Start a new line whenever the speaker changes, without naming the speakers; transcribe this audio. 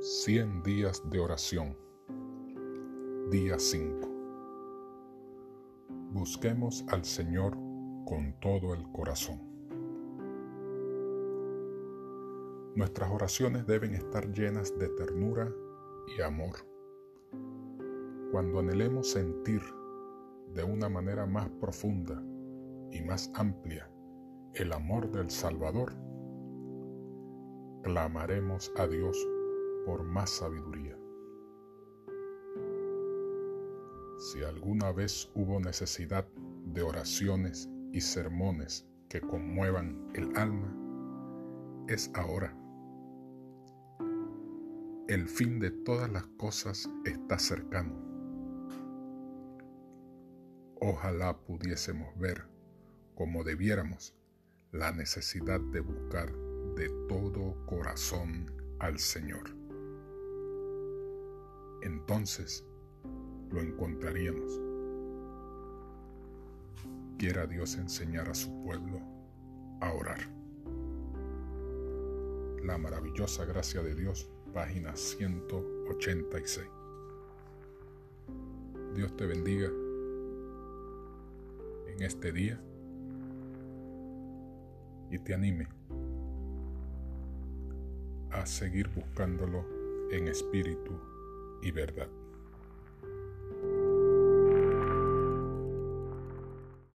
100 días de oración. Día 5. Busquemos al Señor con todo el corazón. Nuestras oraciones deben estar llenas de ternura y amor. Cuando anhelemos sentir de una manera más profunda y más amplia el amor del Salvador, clamaremos a Dios por más sabiduría. Si alguna vez hubo necesidad de oraciones y sermones que conmuevan el alma, es ahora. El fin de todas las cosas está cercano. Ojalá pudiésemos ver, como debiéramos, la necesidad de buscar de todo corazón al Señor. Entonces lo encontraríamos. Quiera Dios enseñar a su pueblo a orar. La maravillosa gracia de Dios, página 186. Dios te bendiga en este día y te anime a seguir buscándolo en espíritu y verdad.